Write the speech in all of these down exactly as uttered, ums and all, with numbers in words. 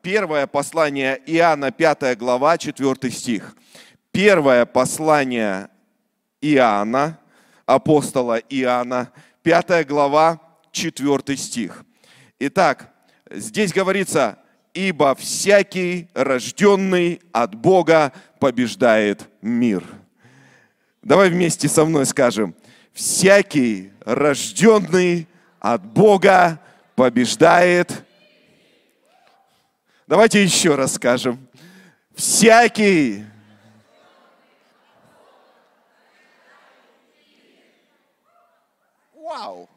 Первое послание Иоанна, пятая глава, четвёртый стих. Первое послание Иоанна, апостола Иоанна, пятая глава, четвёртый стих. Итак, здесь говорится: «Ибо всякий, рожденный от Бога, побеждает мир». Давай вместе со мной скажем: всякий, рожденный от Бога, побеждает. Давайте еще раз скажем: всякий. Вау!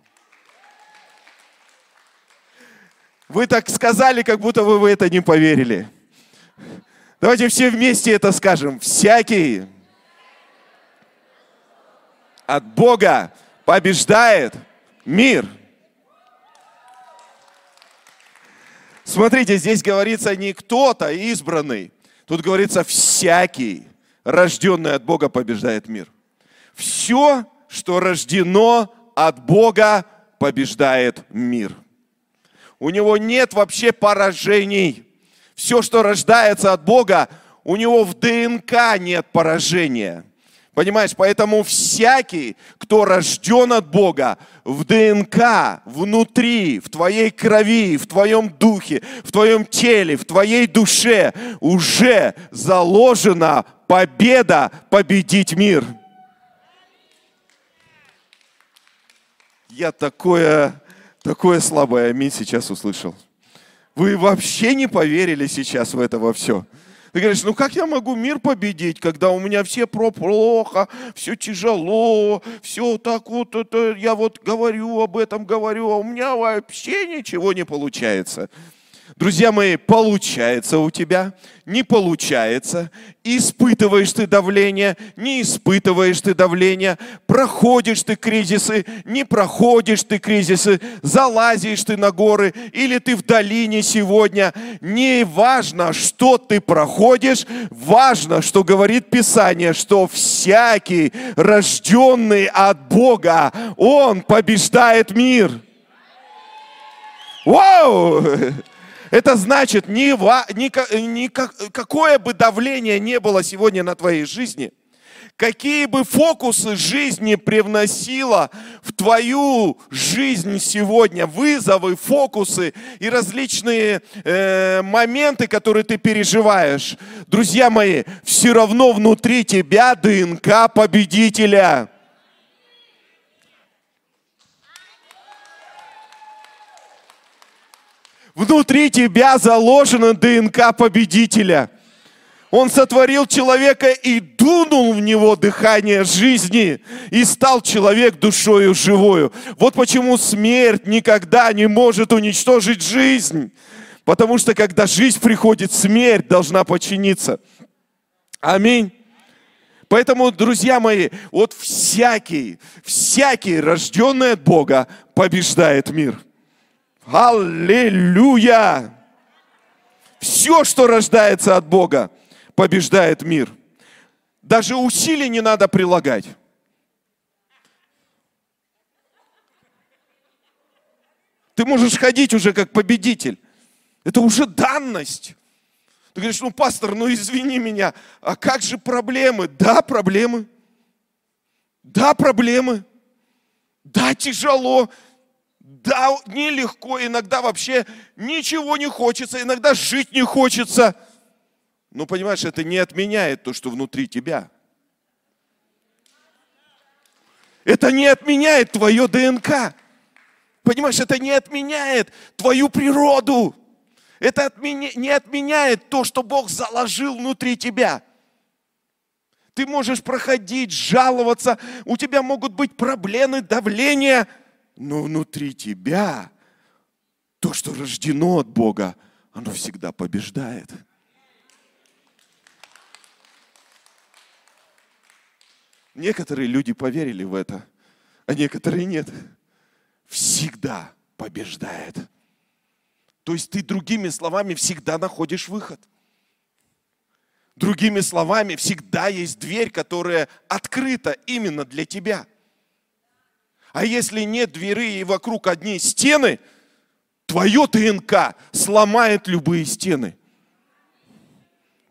Вы так сказали, как будто вы в это не поверили. Давайте все вместе это скажем: всякий от Бога побеждает мир. Смотрите, здесь говорится не кто-то избранный. Тут говорится: всякий, рожденный от Бога, побеждает мир. Все, что рождено от Бога, побеждает мир. У него нет вообще поражений. Все, что рождается от Бога, у него в ДНК нет поражения. Понимаешь, поэтому всякий, кто рожден от Бога, в ДНК, внутри, в твоей крови, в твоем духе, в твоем теле, в твоей душе уже заложена победа победить мир. Я такое, такое слабое аминь сейчас услышал. Вы вообще не поверили сейчас в это во все. Ты говоришь: ну как я могу мир победить, когда у меня все про плохо, все тяжело, все так вот, это, я вот говорю об этом, говорю, а у меня вообще ничего не получается. Друзья мои, получается у тебя, не получается, испытываешь ты давление, не испытываешь ты давление, проходишь ты кризисы, не проходишь ты кризисы, залазишь ты на горы или ты в долине сегодня. Не важно, что ты проходишь, важно, что говорит Писание, что всякий, рожденный от Бога, он побеждает мир. Вау! Это значит, ни, ни, ни, какое бы давление не было сегодня на твоей жизни, какие бы фокусы жизни привносила в твою жизнь сегодня, вызовы, фокусы и различные э, моменты, которые ты переживаешь, друзья мои, все равно внутри тебя ДНК победителя. Внутри тебя заложена ДНК победителя. Он сотворил человека и дунул в него дыхание жизни, и стал человек душою живою. Вот почему смерть никогда не может уничтожить жизнь. Потому что когда жизнь приходит, смерть должна подчиниться. Аминь. Поэтому, друзья мои, вот всякий, всякий, рожденный от Бога, побеждает мир. Аллилуйя! Все, что рождается от Бога, побеждает мир. Даже усилий не надо прилагать. Ты можешь ходить уже как победитель. Это уже данность. Ты говоришь: ну, пастор, ну извини меня, а как же проблемы? Да, проблемы. Да, проблемы. Да, тяжело. Да, нелегко, иногда вообще ничего не хочется, иногда жить не хочется. Но, понимаешь, это не отменяет то, что внутри тебя. Это не отменяет твое ДНК. Понимаешь, это не отменяет твою природу. Это отменя... не отменяет то, что Бог заложил внутри тебя. Ты можешь проходить, жаловаться, у тебя могут быть проблемы, давление. Но внутри тебя то, что рождено от Бога, оно всегда побеждает. Некоторые люди поверили в это, а некоторые нет. Всегда побеждает. То есть ты, другими словами, всегда находишь выход. Другими словами, всегда есть дверь, которая открыта именно для тебя. А если нет двери и вокруг одни стены, твое ДНК сломает любые стены.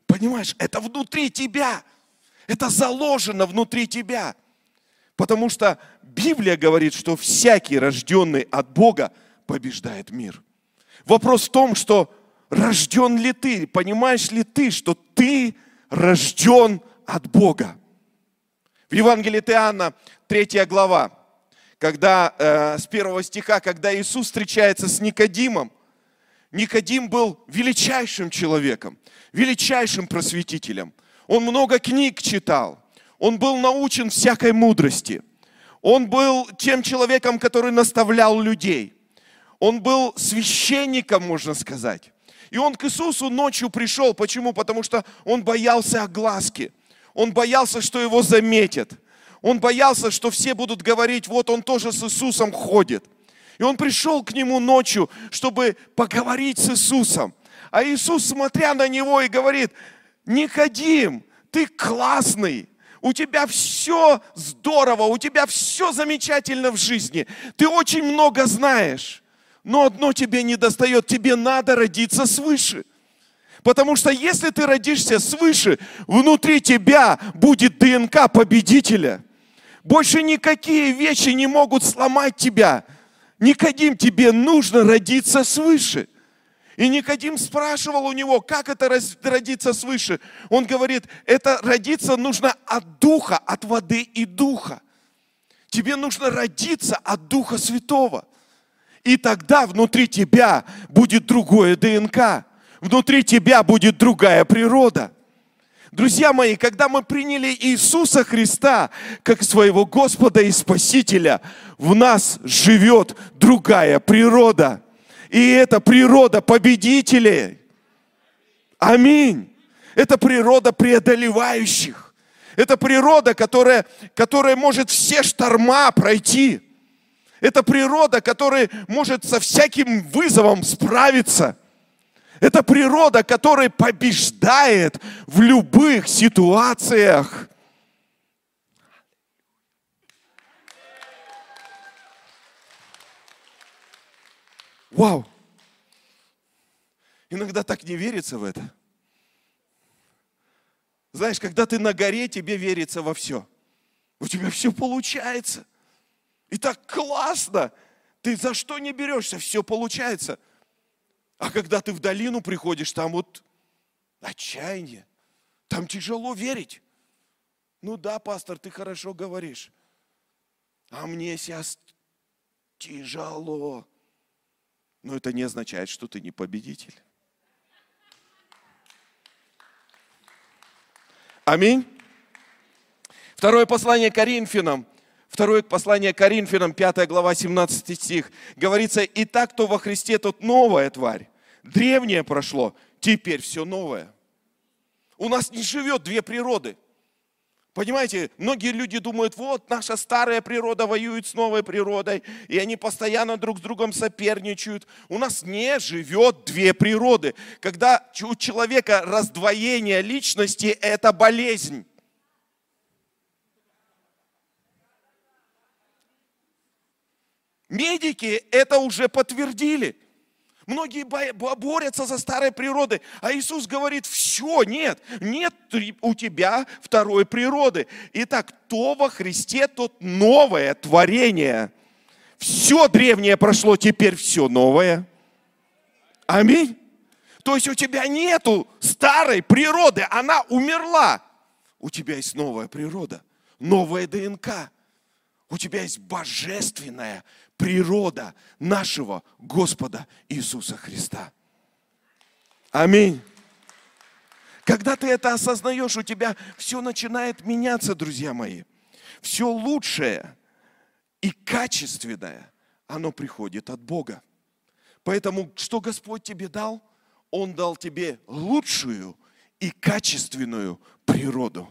Понимаешь, это внутри тебя. Это заложено внутри тебя. Потому что Библия говорит, что всякий, рожденный от Бога, побеждает мир. Вопрос в том, что рожден ли ты, понимаешь ли ты, что ты рожден от Бога. В Евангелии от Иоанна, третья глава, когда, э, с первого стиха, когда Иисус встречается с Никодимом, Никодим был величайшим человеком, величайшим просветителем. Он много книг читал, он был научен всякой мудрости. Он был тем человеком, который наставлял людей. Он был священником, можно сказать. И он к Иисусу ночью пришел. Почему? Потому что он боялся огласки. Он боялся, что его заметят. Он боялся, что все будут говорить, вот он тоже с Иисусом ходит. И он пришел к нему ночью, чтобы поговорить с Иисусом. А Иисус, смотря на него, и говорит: Никодим, ты классный. У тебя все здорово, у тебя все замечательно в жизни. Ты очень много знаешь. Но одно тебе не достает, тебе надо родиться свыше. Потому что если ты родишься свыше, внутри тебя будет ДНК победителя. Больше никакие вещи не могут сломать тебя. Никодим, тебе нужно родиться свыше. И Никодим спрашивал у него, как это родиться свыше. Он говорит, это родиться нужно от духа, от воды и духа. Тебе нужно родиться от Духа Святого. И тогда внутри тебя будет другое ДНК. Внутри тебя будет другая природа. Друзья мои, когда мы приняли Иисуса Христа как своего Господа и Спасителя, в нас живет другая природа. И это природа победителей. Аминь. Это природа преодолевающих. Это природа, которая, которая может все шторма пройти. Это природа, которая может со всяким вызовом справиться. Это природа, которая побеждает в любых ситуациях. Вау! Иногда так не верится в это. Знаешь, когда ты на горе, тебе верится во все. У тебя все получается. И так классно. Ты за что не берешься, все получается. А когда ты в долину приходишь, там вот отчаяние. Там тяжело верить. Ну да, пастор, ты хорошо говоришь. А мне сейчас тяжело. Но это не означает, что ты не победитель. Аминь. Второе послание Коринфянам. Второе послание Коринфянам, пятая глава, семнадцатый стих. Говорится, итак, кто во Христе, тот новая тварь. Древнее прошло, теперь все новое. У нас не живет две природы. Понимаете, многие люди думают, вот наша старая природа воюет с новой природой, и они постоянно друг с другом соперничают. У нас не живет две природы. Когда у человека раздвоение личности, это болезнь. Медики это уже подтвердили. Многие борются за старой природой, а Иисус говорит, все, нет, нет у тебя второй природы. Итак, кто во Христе, тот новое творение. Все древнее прошло, теперь все новое. Аминь. То есть у тебя нету старой природы, она умерла. У тебя есть новая природа, новая ДНК. У тебя есть божественная природа нашего Господа Иисуса Христа. Аминь. Когда ты это осознаешь, у тебя все начинает меняться, друзья мои. Все лучшее и качественное, оно приходит от Бога. Поэтому, что Господь тебе дал? Он дал тебе лучшую и качественную природу.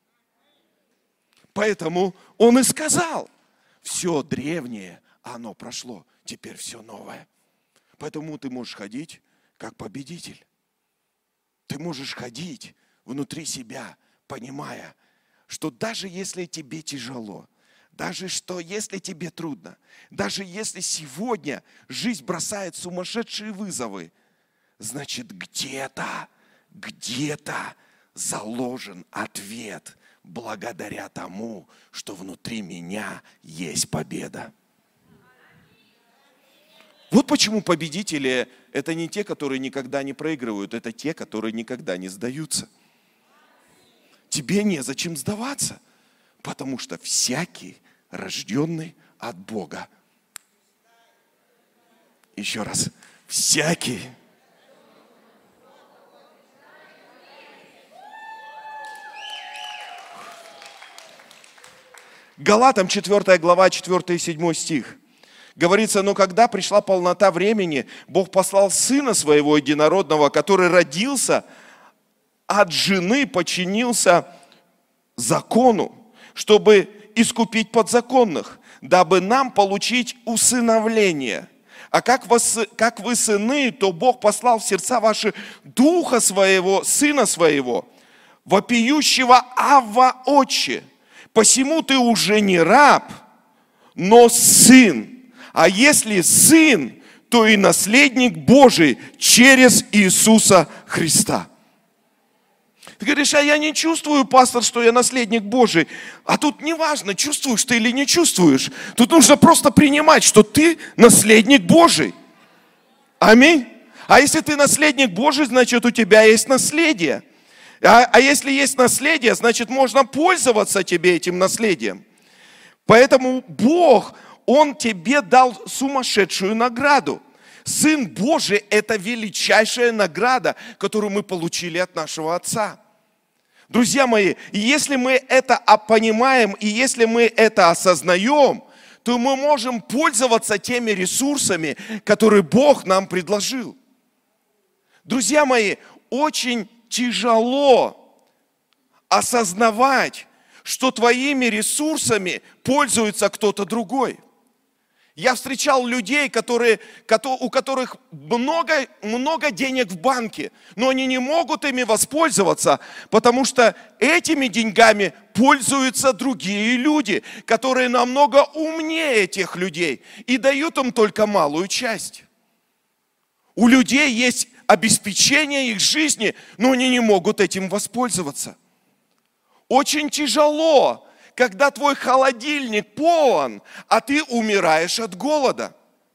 Поэтому Он и сказал, все древнее, оно прошло, теперь все новое. Поэтому ты можешь ходить как победитель. Ты можешь ходить внутри себя, понимая, что даже если тебе тяжело, даже что если тебе трудно, даже если сегодня жизнь бросает сумасшедшие вызовы, значит где-то, где-то заложен ответ благодаря тому, что внутри меня есть победа. Вот почему победители – это не те, которые никогда не проигрывают, это те, которые никогда не сдаются. Тебе незачем сдаваться, потому что всякий, рожденный от Бога. Еще раз. Всякий. Галатам четвёртая глава, четвёртый и седьмой стих. Говорится, но когда пришла полнота времени, Бог послал Сына Своего Единородного, который родился от жены, подчинился закону, чтобы искупить подзаконных, дабы нам получить усыновление. А как, вас, как вы сыны, то Бог послал в сердца ваши Духа Своего, Сына Своего, вопиющего Авва, Отче. Посему ты уже не раб, но сын. А если сын, то и наследник Божий через Иисуса Христа. Ты говоришь, а я не чувствую, пастор, что я наследник Божий. А тут не важно, чувствуешь ты или не чувствуешь. Тут нужно просто принимать, что ты наследник Божий. Аминь. А если ты наследник Божий, значит у тебя есть наследие. А, а если есть наследие, значит можно пользоваться тебе этим наследием. Поэтому Бог, Он тебе дал сумасшедшую награду. Сын Божий – это величайшая награда, которую мы получили от нашего Отца. Друзья мои, если мы это понимаем, и если мы это осознаем, то мы можем пользоваться теми ресурсами, которые Бог нам предложил. Друзья мои, очень тяжело осознавать, что твоими ресурсами пользуется кто-то другой. Я встречал людей, которые, у которых много, много денег в банке, но они не могут ими воспользоваться, потому что этими деньгами пользуются другие люди, которые намного умнее этих людей и дают им только малую часть. У людей есть обеспечение их жизни, но они не могут этим воспользоваться. Очень тяжело, когда твой холодильник полон, а ты умираешь от голода.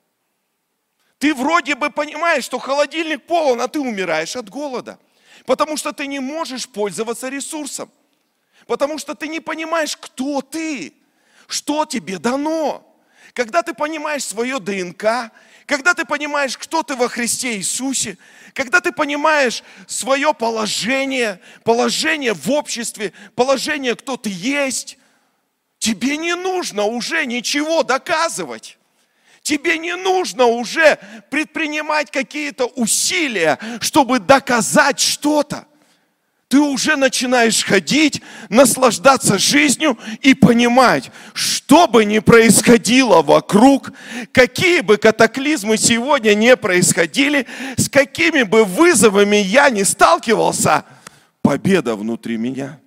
Ты вроде бы понимаешь, что холодильник полон, а ты умираешь от голода. Потому что ты не можешь пользоваться ресурсом. Потому что ты не понимаешь, кто ты, что тебе дано. Когда ты понимаешь свое ДНК, когда ты понимаешь, кто ты во Христе Иисусе, когда ты понимаешь свое положение, положение в обществе, положение, кто ты есть, тебе не нужно уже ничего доказывать. Тебе не нужно уже предпринимать какие-то усилия, чтобы доказать что-то. Ты уже начинаешь ходить, наслаждаться жизнью и понимать, что бы ни происходило вокруг, какие бы катаклизмы сегодня не происходили, с какими бы вызовами я ни сталкивался, победа внутри меня.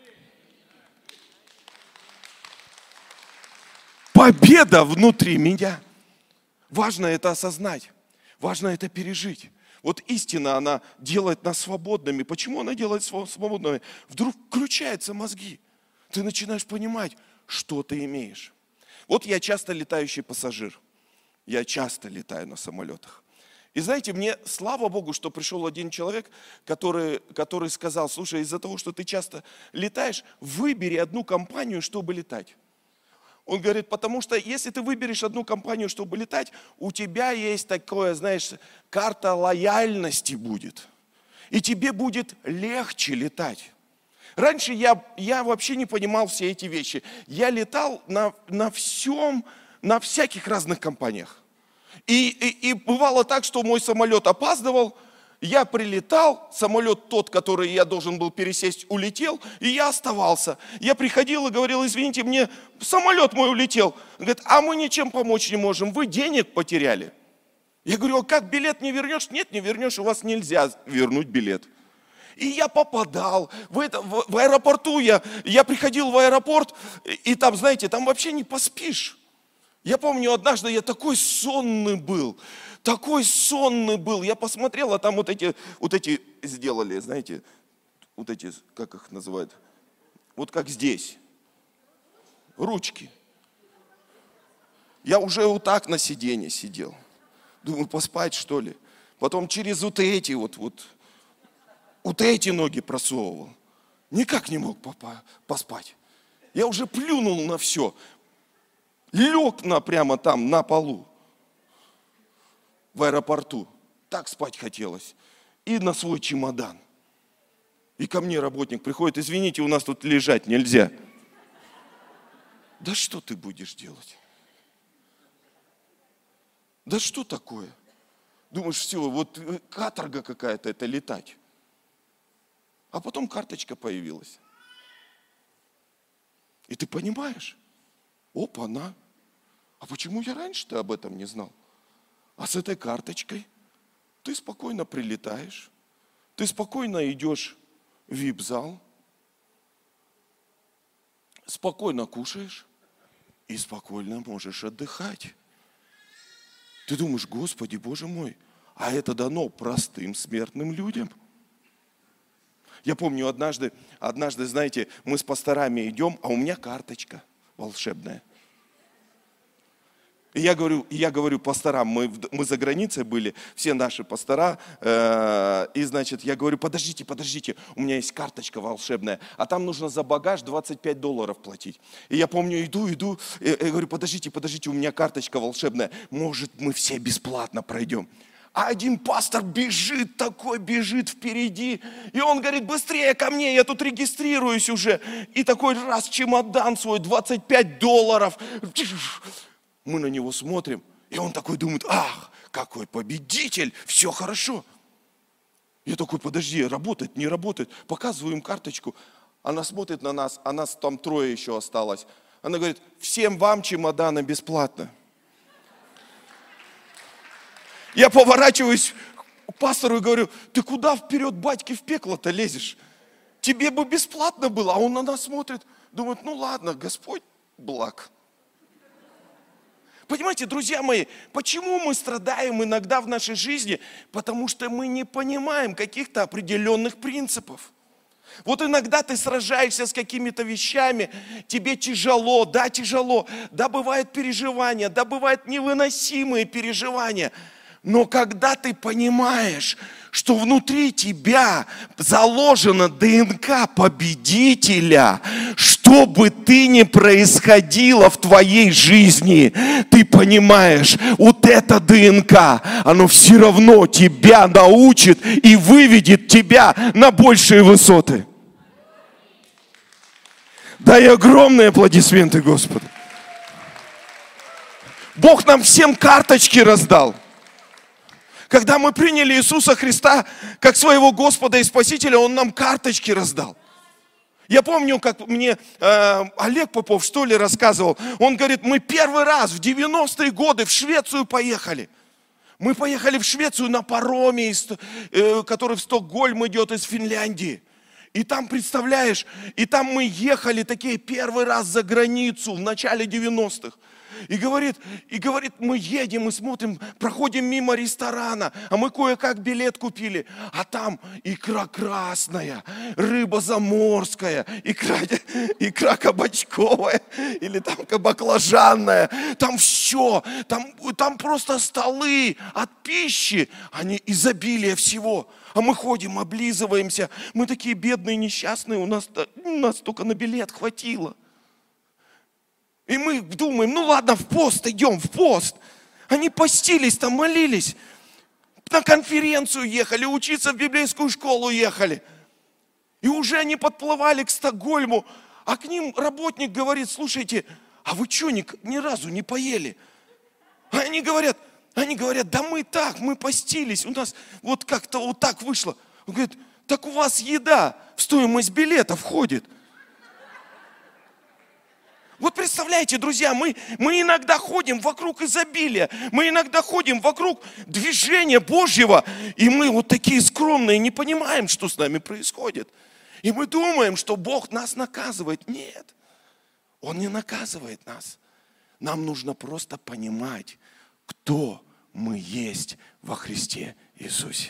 Победа внутри меня. Важно это осознать, важно это пережить. Вот истина, она делает нас свободными. Почему она делает свободными? Вдруг включаются мозги. Ты начинаешь понимать, что ты имеешь. Вот я часто летающий пассажир. Я часто летаю на самолетах. И знаете, мне, слава Богу, что пришел один человек, который, который сказал, слушай, из-за того, что ты часто летаешь, выбери одну компанию, чтобы летать. Он говорит, потому что если ты выберешь одну компанию, чтобы летать, у тебя есть такое, знаешь, карта лояльности будет. И тебе будет легче летать. Раньше я, я вообще не понимал все эти вещи. Я летал на, на всем, на всяких разных компаниях. И, и, и бывало так, что мой самолет опаздывал, я прилетал, самолет тот, который я должен был пересесть, улетел, и я оставался. Я приходил и говорил, извините, мне самолет мой улетел. Он говорит, а мы ничем помочь не можем, вы денег потеряли. Я говорю, а как билет не вернешь? Нет, не вернешь, у вас нельзя вернуть билет. И я попадал в, это, в, в аэропорту, я, я приходил в аэропорт, и там, знаете, там вообще не поспишь. Я помню, однажды я такой сонный был, такой сонный был. Я посмотрел, а там вот эти, вот эти сделали, знаете, вот эти, как их называют, вот как здесь, ручки. Я уже вот так на сиденье сидел. Думаю, поспать что ли? Потом через вот эти вот, вот, вот эти ноги просовывал. Никак не мог поспать. Я уже плюнул на все. Лег на, прямо там, на полу. В аэропорту. Так спать хотелось. И на свой чемодан. И ко мне работник приходит: извините, у нас тут лежать нельзя. Да что ты будешь делать? Да что такое? Думаешь, все, вот каторга какая-то это летать. А потом карточка появилась. И ты понимаешь, опа-на, а почему я раньше-то об этом не знал? А с этой карточкой ты спокойно прилетаешь, ты спокойно идешь в ви ай пи-зал, спокойно кушаешь и спокойно можешь отдыхать. Ты думаешь, Господи, Боже мой, а это дано простым смертным людям. Я помню, однажды, однажды, знаете, мы с пасторами идем, а у меня карточка волшебная. И я говорю, я говорю пасторам, мы, мы за границей были, все наши пастора, э, и, значит, я говорю, подождите, подождите, у меня есть карточка волшебная, а там нужно за багаж двадцать пять долларов платить. И я помню, иду, иду, и, и говорю, подождите, подождите, у меня карточка волшебная, может, мы все бесплатно пройдем. А один пастор бежит такой, бежит впереди, и он говорит, быстрее ко мне, я тут регистрируюсь уже. И такой раз чемодан свой, двадцать пять долларов. Мы на него смотрим, и он такой думает, ах, какой победитель, все хорошо. Я такой, подожди, работает, не работает. Показываю им карточку, она смотрит на нас, а нас там трое еще осталось. Она говорит, всем вам чемоданы бесплатно. Я поворачиваюсь к пастору и говорю, ты куда вперед, батьки, в пекло-то лезешь? Тебе бы бесплатно было, а он на нас смотрит, думает, ну ладно, Господь благ. Понимаете, друзья мои, почему мы страдаем иногда в нашей жизни? Потому что мы не понимаем каких-то определенных принципов. Вот иногда ты сражаешься с какими-то вещами, тебе тяжело, да, тяжело, да, бывают переживания, да, бывают невыносимые переживания. Но когда ты понимаешь, что внутри тебя заложена ДНК победителя, что бы ты ни происходило в твоей жизни, ты понимаешь, вот это ДНК, оно все равно тебя научит и выведет тебя на большие высоты. Дай огромные аплодисменты Господу. Бог нам всем карточки раздал. Когда мы приняли Иисуса Христа как своего Господа и Спасителя, Он нам карточки раздал. Я помню, как мне э, Олег Попов, что ли, рассказывал. Он говорит, мы первый раз в девяностые годы в Швецию поехали. Мы поехали в Швецию на пароме, из, э, который в Стокгольм идет из Финляндии. И там, представляешь, и там мы ехали такие первый раз за границу в начале девяностых. И говорит, и говорит, мы едем и смотрим, проходим мимо ресторана, а мы кое-как билет купили. А там икра красная, рыба заморская, икра, икра кабачковая или там баклажанная. Там все, там, там просто столы от пищи, они изобилие всего. А мы ходим, облизываемся, мы такие бедные, несчастные, у нас, у нас только на билет хватило. И мы думаем, ну ладно, в пост идем, в пост. Они постились там, молились. На конференцию ехали, учиться в библейскую школу ехали. И уже они подплывали к Стокгольму. А к ним работник говорит, слушайте, а вы что, ни, ни разу не поели? А они говорят, они говорят, да мы так, мы постились. У нас вот как-то вот так вышло. Он говорит, так у вас еда в стоимость билета входит. Вот представляете, друзья, мы, мы иногда ходим вокруг изобилия, мы иногда ходим вокруг движения Божьего, и мы вот такие скромные, не понимаем, что с нами происходит. И мы думаем, что Бог нас наказывает. Нет, Он не наказывает нас. Нам нужно просто понимать, кто мы есть во Христе Иисусе.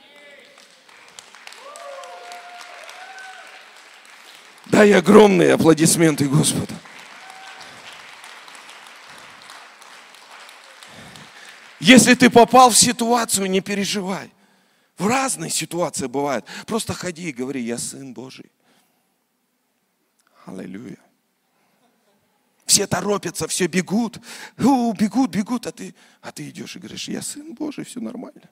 Дай огромные аплодисменты Господу. Если ты попал в ситуацию, не переживай. В разные ситуации бывают. Просто ходи и говори: я Сын Божий. Аллилуйя. Все торопятся, все бегут. У, бегут, бегут, а ты, а ты идешь и говоришь: я Сын Божий, все нормально.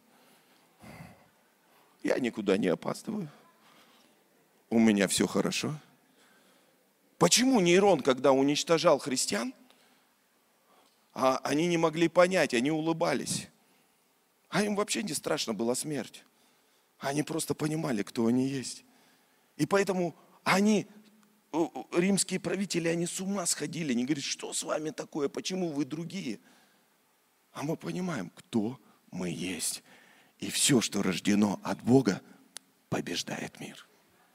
Я никуда не опаздываю. У меня все хорошо. Почему Нейрон, когда уничтожал христиан, а они не могли понять, они улыбались. А им вообще не страшно была смерть. Они просто понимали, кто они есть. И поэтому они, римские правители, они с ума сходили. Они говорят: что с вами такое, почему вы другие? А мы понимаем, кто мы есть. И все, что рождено от Бога, побеждает мир.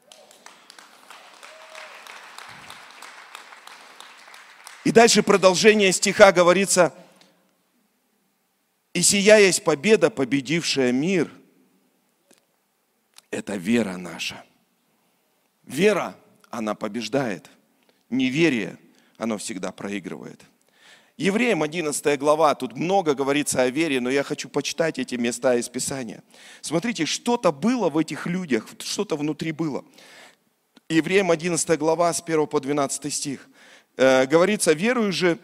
И дальше продолжение стиха говорится: и сия есть победа, победившая мир. Это вера наша. Вера, она побеждает. Неверие, оно всегда проигрывает. Евреям одиннадцатая глава, тут много говорится о вере, но я хочу почитать эти места из Писания. Смотрите, что-то было в этих людях, что-то внутри было. Евреям одиннадцатая глава, с первого по двенадцатый стих. Говорится: верую же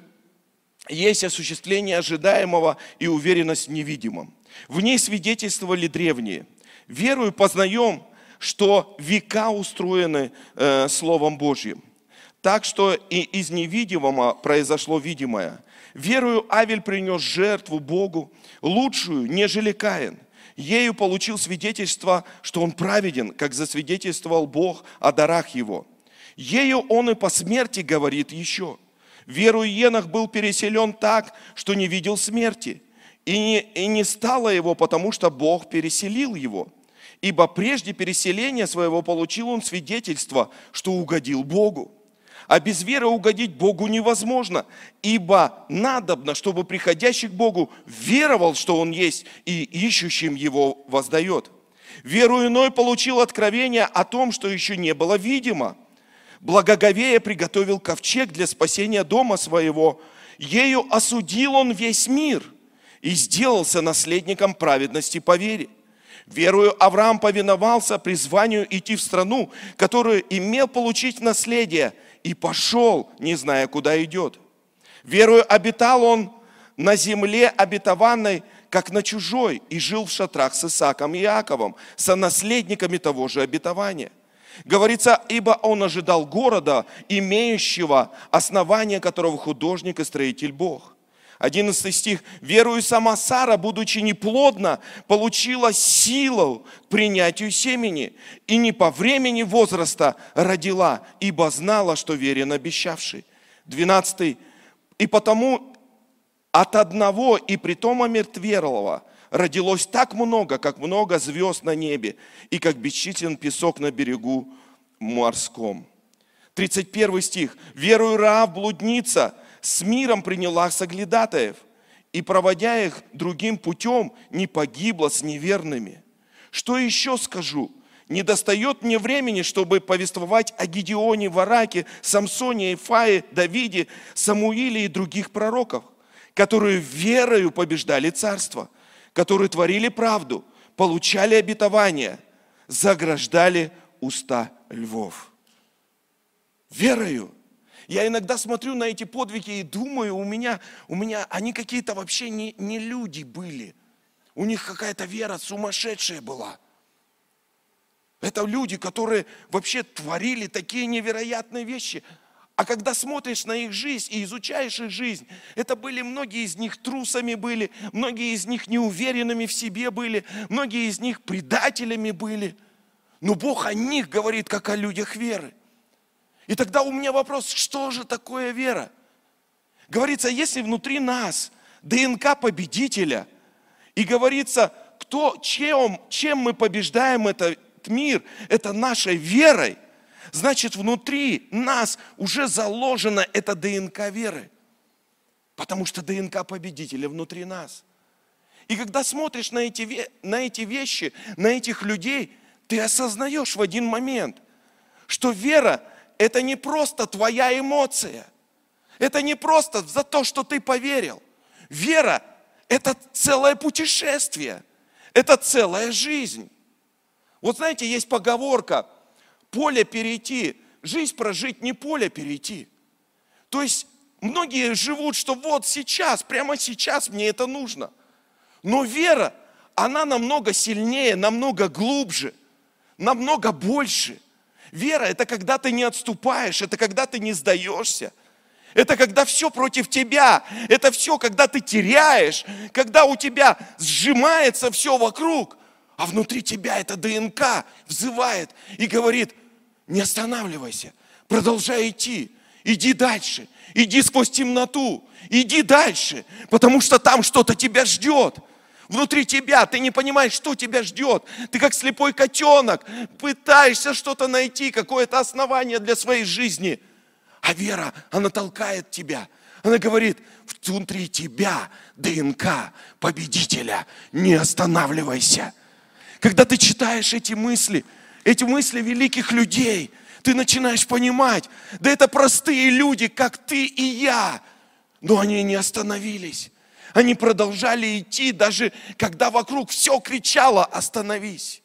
есть осуществление ожидаемого и уверенность в невидимом. В ней свидетельствовали древние. Верую познаем, что века устроены э, Словом Божьим. Так что и из невидимого произошло видимое. Верую, Авель принес жертву Богу, лучшую, нежели Каин. Ею получил свидетельство, что он праведен, как засвидетельствовал Бог о дарах его. Ею он и по смерти говорит еще. Верую, Енох был переселен так, что не видел смерти. И не, и не стало его, потому что Бог переселил его. Ибо прежде переселения своего получил он свидетельство, что угодил Богу. А без веры угодить Богу невозможно, ибо надобно, чтобы приходящий к Богу веровал, что Он есть, и ищущим Его воздает. Веру иной получил откровение о том, что еще не было видимо. Благоговея приготовил ковчег для спасения дома своего. Ею осудил он весь мир и сделался наследником праведности по вере. Верою Авраам повиновался призванию идти в страну, которую имел получить в наследие, и пошел, не зная, куда идет. Верою обитал он на земле обетованной, как на чужой, и жил в шатрах с Исааком и Иаковом, сонаследниками того же обетования. Говорится: ибо он ожидал города, имеющего основание которого художник и строитель Бог. одиннадцатый стих. Верую, сама Сара, будучи неплодна, получила силу к принятию семени, и не по времени возраста родила, ибо знала, что верен обещавший. двенадцатый. И потому от одного и притом омертвелого родилось так много, как много звезд на небе, и как бесчислен песок на берегу морском. тридцать первый стих. Верую, Раав, блудница, с миром приняла соглядатаев, и, проводя их другим путем, не погибла с неверными. Что еще скажу? Не достает мне времени, чтобы повествовать о Гидеоне, Вараке, Самсоне, Ифае, Давиде, Самуиле и других пророках, которые верою побеждали царство, которые творили правду, получали обетования, заграждали уста львов. Верою. Я иногда смотрю на эти подвиги и думаю, у меня, у меня они какие-то вообще не, не люди были. У них какая-то вера сумасшедшая была. Это люди, которые вообще творили такие невероятные вещи. А когда смотришь на их жизнь и изучаешь их жизнь, это были многие из них трусами были, многие из них неуверенными в себе были, многие из них предателями были. Но Бог о них говорит, как о людях веры. И тогда у меня вопрос, что же такое вера? Говорится, если внутри нас ДНК победителя, и говорится, кто, чем, чем мы побеждаем этот мир, это нашей верой, значит, внутри нас уже заложена эта ДНК веры. Потому что ДНК победителя внутри нас. И когда смотришь на эти, на эти вещи, на этих людей, ты осознаешь в один момент, что вера – это не просто твоя эмоция. Это не просто за то, что ты поверил. Вера – это целое путешествие. Это целая жизнь. Вот знаете, есть поговорка: поле перейти, жизнь прожить, не поле перейти. То есть многие живут, что вот сейчас, прямо сейчас мне это нужно. Но вера, она намного сильнее, намного глубже, намного больше. Вера – это когда ты не отступаешь, это когда ты не сдаешься. Это когда все против тебя, это все, когда ты теряешь, когда у тебя сжимается все вокруг, а внутри тебя эта ДНК взывает и говорит: не останавливайся, продолжай идти, иди дальше, иди сквозь темноту, иди дальше, потому что там что-то тебя ждет. Внутри тебя ты не понимаешь, что тебя ждет. Ты как слепой котенок, пытаешься что-то найти, какое-то основание для своей жизни. А вера, она толкает тебя. Она говорит: внутри тебя ДНК победителя, не останавливайся. Когда ты читаешь эти мысли, эти мысли великих людей, ты начинаешь понимать, да это простые люди, как ты и я, но они не остановились. Они продолжали идти, даже когда вокруг все кричало: остановись.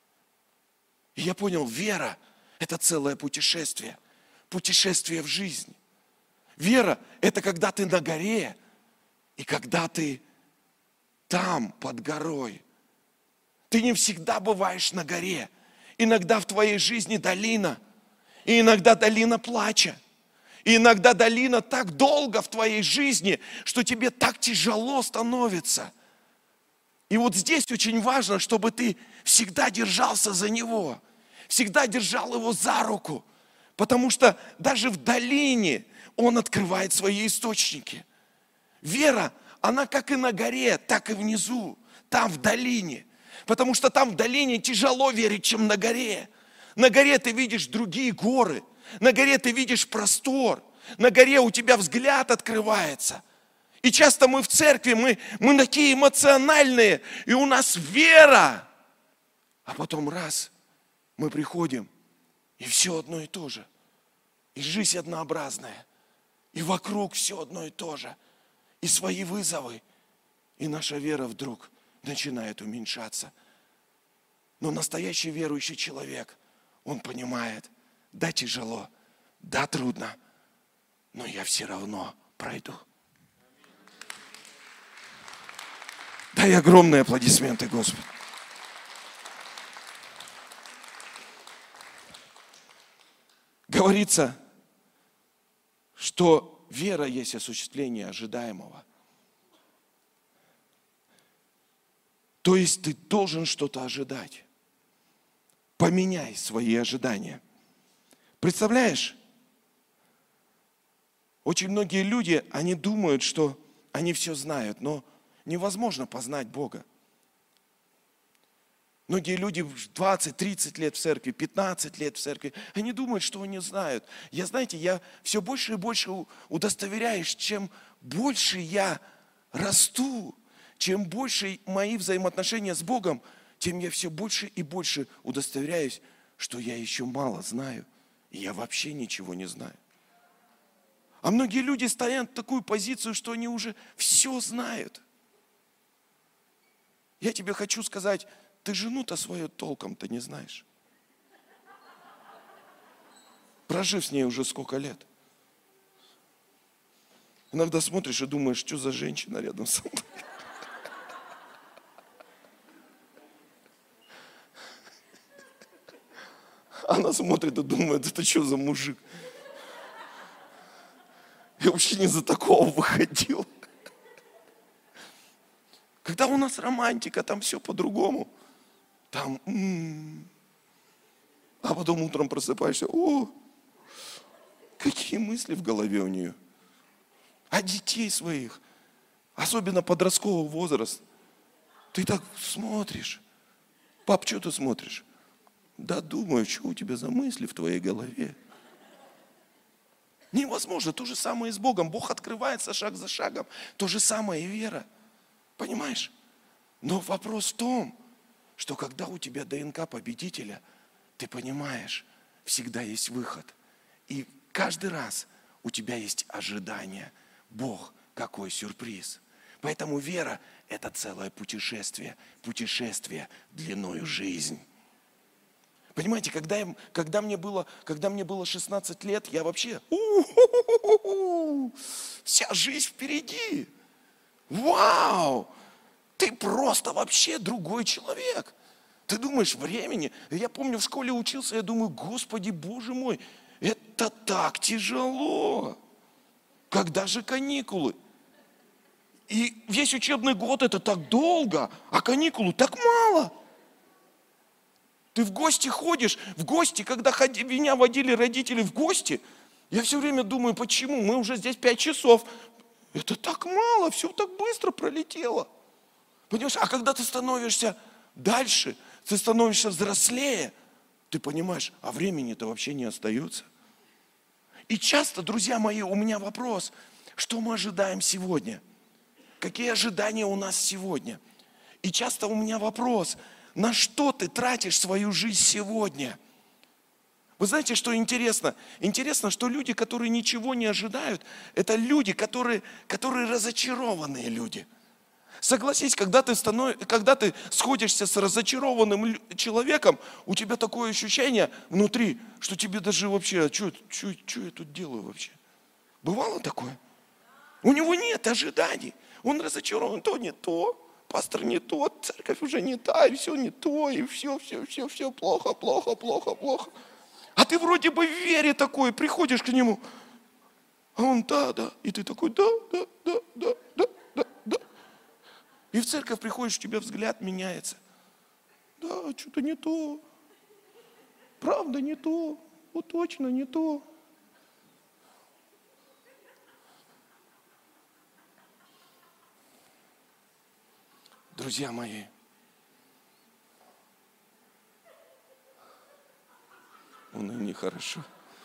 И я понял, вера – это целое путешествие. Путешествие в жизнь. Вера – это когда ты на горе, и когда ты там, под горой. Ты не всегда бываешь на горе. Иногда в твоей жизни долина, и иногда долина плача. И иногда долина так долго в твоей жизни, что тебе так тяжело становится. И вот здесь очень важно, чтобы ты всегда держался за него, всегда держал его за руку. Потому что даже в долине он открывает свои источники. Вера, она как и на горе, так и внизу, там в долине. Потому что там в долине тяжело верить, чем на горе. На горе ты видишь другие горы, на горе ты видишь простор, на горе у тебя взгляд открывается. И часто мы в церкви, мы, мы такие эмоциональные, и у нас вера. А потом раз, мы приходим, и все одно и то же. И жизнь однообразная. И вокруг все одно и то же. И свои вызовы. И наша вера вдруг начинает уменьшаться. Но настоящий верующий человек, он понимает: да, тяжело, да, трудно, но я все равно пройду. Дай огромные аплодисменты, Господи. Говорится, что вера есть осуществление ожидаемого. То есть ты должен что-то ожидать. Поменяй свои ожидания. Представляешь? Очень многие люди, они думают, что они все знают, но невозможно познать Бога. Многие люди двадцать-тридцать лет в церкви, пятнадцать лет в церкви, они думают, что они знают. Я, знаете, я все больше и больше удостоверяюсь, чем больше я расту, чем больше мои взаимоотношения с Богом, тем я все больше и больше удостоверяюсь, что я еще мало знаю, и я вообще ничего не знаю. А многие люди стоят в такую позицию, что они уже все знают. Я тебе хочу сказать, ты жену-то свою толком-то не знаешь. Прожив с ней уже сколько лет. Иногда смотришь и думаешь, что за женщина рядом со мной. Она смотрит и думает, это что за мужик? Я вообще не за такого выходил. Когда у нас романтика, там все по-другому. Там, м-м-м. А потом утром просыпаешься, о, какие мысли в голове у нее. А детей своих, особенно подросткового возраста, ты так смотришь. Пап, что ты смотришь? Да думаю, что у тебя за мысли в твоей голове. Невозможно. То же самое и с Богом. Бог открывается шаг за шагом. То же самое и вера. Понимаешь? Но вопрос в том, что когда у тебя ДНК победителя, ты понимаешь, всегда есть выход. И каждый раз у тебя есть ожидание. Бог, какой сюрприз. Поэтому вера – это целое путешествие. Путешествие длиною жизнь. Понимаете, когда, я, когда, мне было, когда мне было шестнадцать лет, я вообще, у-ху-ху-ху-ху, вся жизнь впереди. Вау! Ты просто вообще другой человек. Ты думаешь, времени. Я помню, в школе учился, я думаю, Господи, Боже мой, это так тяжело. Когда же каникулы? И весь учебный год это так долго, а каникулы так мало. Ты в гости ходишь, в гости, когда ходи, меня водили родители в гости, я все время думаю, почему? Мы уже здесь пять часов. Это так мало, все так быстро пролетело. Понимаешь, а когда ты становишься дальше, ты становишься взрослее, ты понимаешь, а времени-то вообще не остается. И часто, друзья мои, у меня вопрос, что мы ожидаем сегодня? Какие ожидания у нас сегодня? И часто у меня вопрос, на что ты тратишь свою жизнь сегодня? Вы знаете, что интересно? Интересно, что люди, которые ничего не ожидают, это люди, которые, которые разочарованные люди. Согласись, когда ты, станов... когда ты сходишься с разочарованным человеком, у тебя такое ощущение внутри, что тебе даже вообще, а что, что, что я тут делаю вообще? Бывало такое? У него нет ожиданий. Он разочарован, то не то, пастор не тот, церковь уже не та, и все не то, и все, все, все, все плохо, плохо, плохо, плохо. А ты вроде бы в вере такой, приходишь к нему, а он да, да, и ты такой да, да, да, да, да, да, да. И в церковь приходишь, у тебя взгляд меняется. Да, что-то не то, правда не то, вот точно не то. Друзья мои, он и нехорошо.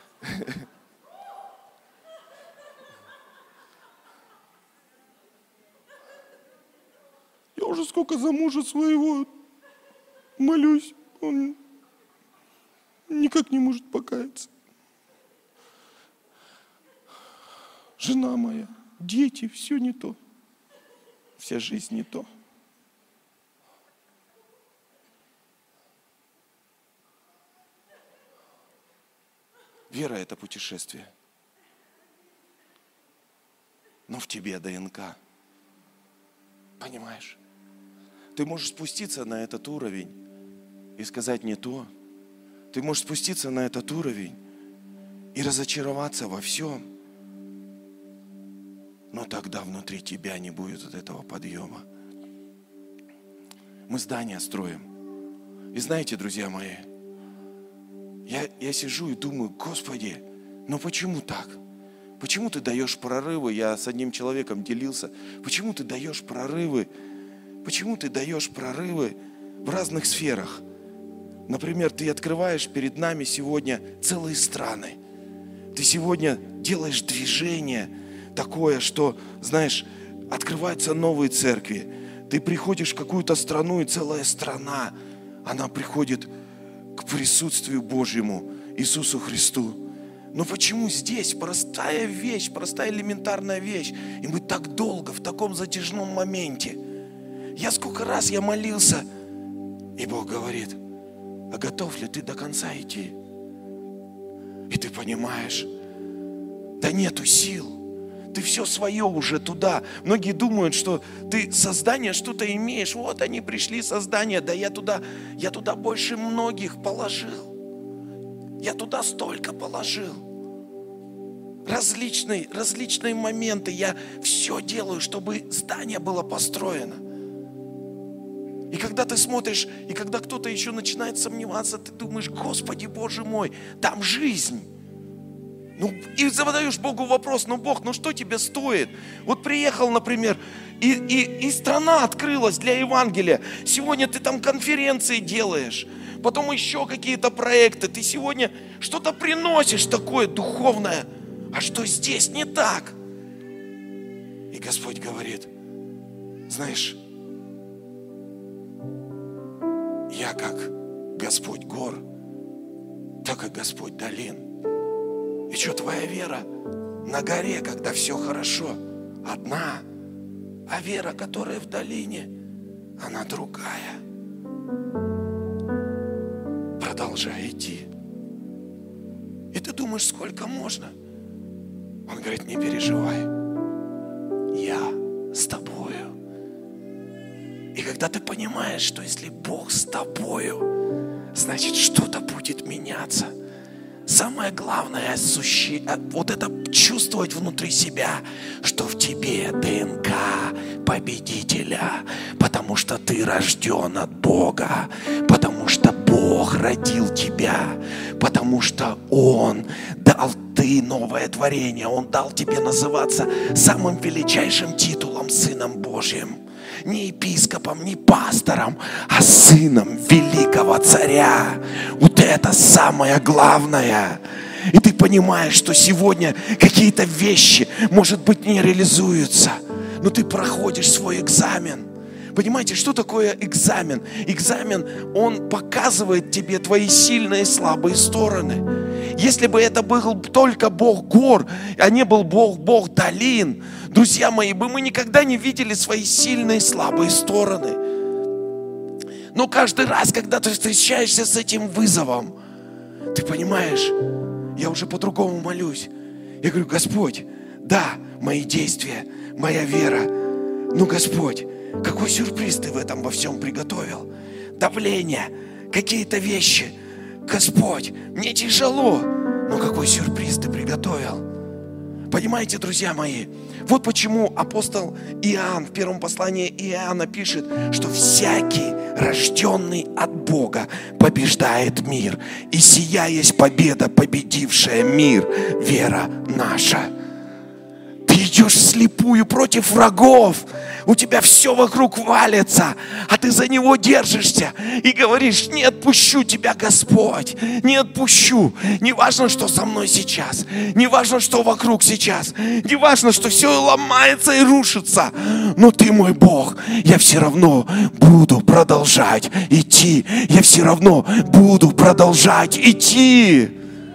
Я уже сколько за мужа своего молюсь, он никак не может покаяться. Жена моя, дети, все не то. Вся жизнь не то. Вера – это путешествие. Но в тебе ДНК. Понимаешь? Ты можешь спуститься на этот уровень и сказать не то. Ты можешь спуститься на этот уровень и разочароваться во всем. Но тогда внутри тебя не будет вот этого подъема. Мы здания строим. И знаете, друзья мои, Я, я сижу и думаю, Господи, ну почему так? Почему ты даешь прорывы? Я с одним человеком делился. Почему ты даешь прорывы? Почему ты даешь прорывы в разных сферах? Например, ты открываешь перед нами сегодня целые страны. Ты сегодня делаешь движение такое, что, знаешь, открываются новые церкви. Ты приходишь в какую-то страну, и целая страна, она приходит к присутствию Божьему, Иисусу Христу. Но почему здесь простая вещь, простая элементарная вещь, и мы так долго в таком затяжном моменте? Я сколько раз я молился, и Бог говорит, а готов ли ты до конца идти? И ты понимаешь, да нету сил. Ты все свое уже туда. Многие думают, что ты создание что-то имеешь. Вот они пришли, создание. Да я туда, я туда больше многих положил. Я туда столько положил. Различные, различные моменты. Я все делаю, чтобы здание было построено. И когда ты смотришь, и когда кто-то еще начинает сомневаться, ты думаешь, Господи, Боже мой, там жизнь. Ну, и задаешь Богу вопрос, ну, Бог, ну что тебе стоит? Вот приехал, например, и, и, и страна открылась для Евангелия. Сегодня ты там конференции делаешь, потом еще какие-то проекты. Ты сегодня что-то приносишь такое духовное. а что здесь не так? И Господь говорит, знаешь, я как Господь гор, так и Господь долин. И что, твоя вера на горе, когда все хорошо, одна, а вера, которая в долине, она другая. Продолжай идти. И ты думаешь, сколько можно? Он говорит, не переживай, я с тобою. И когда ты понимаешь, что если Бог с тобою, значит, что-то будет меняться. Самое главное, вот это чувствовать внутри себя, что в тебе ДНК победителя, потому что ты рожден от Бога, потому что Бог родил тебя, потому что Он дал ты новое творение, Он дал тебе называться самым величайшим титулом Сыном Божьим. Не епископом, не пастором, а сыном великого царя. Вот это самое главное. И ты понимаешь, что сегодня какие-то вещи, может быть, не реализуются, но ты проходишь свой экзамен. Понимаете, что такое экзамен? Экзамен, он показывает тебе твои сильные и слабые стороны. Если бы это был только Бог гор, а не был Бог, Бог долин, друзья мои, бы мы никогда не видели свои сильные и слабые стороны. Но каждый раз, когда ты встречаешься с этим вызовом, ты понимаешь, я уже по-другому молюсь. Я говорю, Господь, да, мои действия, моя вера, ну, Господь, какой сюрприз ты в этом во всем приготовил? Давление, какие-то вещи. Господь, мне тяжело, но какой сюрприз ты приготовил? Понимаете, друзья мои, вот почему апостол Иоанн в первом послании Иоанна пишет, что всякий, рожденный от Бога, побеждает мир. И сия есть победа, победившая мир, вера наша. Ты идешь вслепую против врагов. У тебя все вокруг валится, а ты за него держишься и говоришь, не отпущу тебя, Господь, не отпущу. Не важно, что со мной сейчас, не важно, что вокруг сейчас, не важно, что все ломается и рушится, но ты мой Бог, я все равно буду продолжать идти, я все равно буду продолжать идти.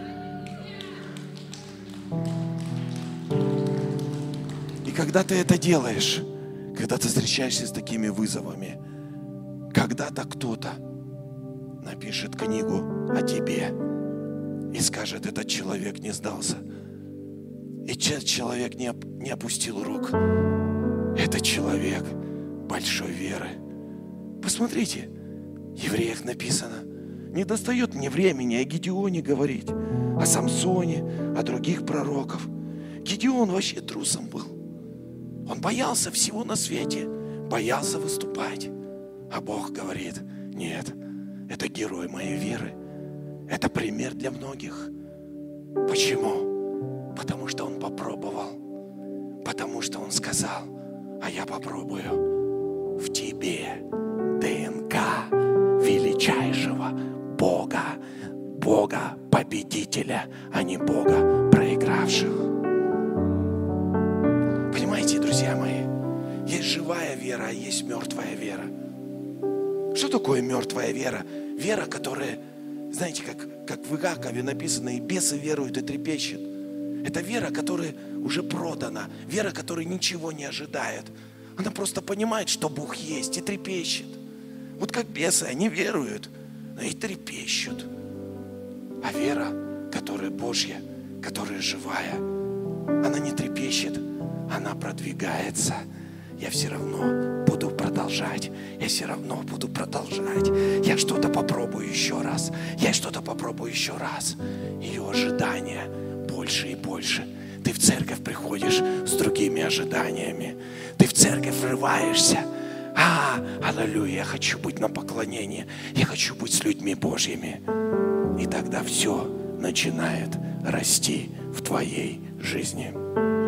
И когда ты это делаешь, когда ты встречаешься с такими вызовами, когда-то кто-то напишет книгу о тебе и скажет, этот человек не сдался. И этот человек не, не опустил рук. Этот человек большой веры. Посмотрите, в Евреях написано, не достает мне времени о Гедеоне говорить, о Самсоне, о других пророков. Гедеон вообще трусом был. Он боялся всего на свете, боялся выступать. А Бог говорит, нет, это герой моей веры. Это пример для многих. Почему? Потому что он попробовал. Потому что он сказал, а я попробую. В тебе ДНК величайшего Бога. Бога победителя, а не Бога проигравших. Понимаете, друзья мои, есть живая вера, а есть мертвая вера. Что такое мертвая вера? Вера, которая, знаете, как, как в Иакове написано, и бесы веруют и трепещут. Это вера, которая уже продана, вера, которая ничего не ожидает. Она просто понимает, что Бог есть, и трепещет. Вот как бесы, они веруют, но и трепещут. А вера, которая Божья, которая живая, она не трепещет, она продвигается. Я все равно буду продолжать. Я все равно буду продолжать. Я что-то попробую еще раз. Я что-то попробую еще раз. Ее ожидания больше и больше. Ты в церковь приходишь с другими ожиданиями. Ты в церковь врываешься. А, аллилуйя, я хочу быть на поклонении. Я хочу быть с людьми Божьими. И тогда все начинает расти в твоей жизни.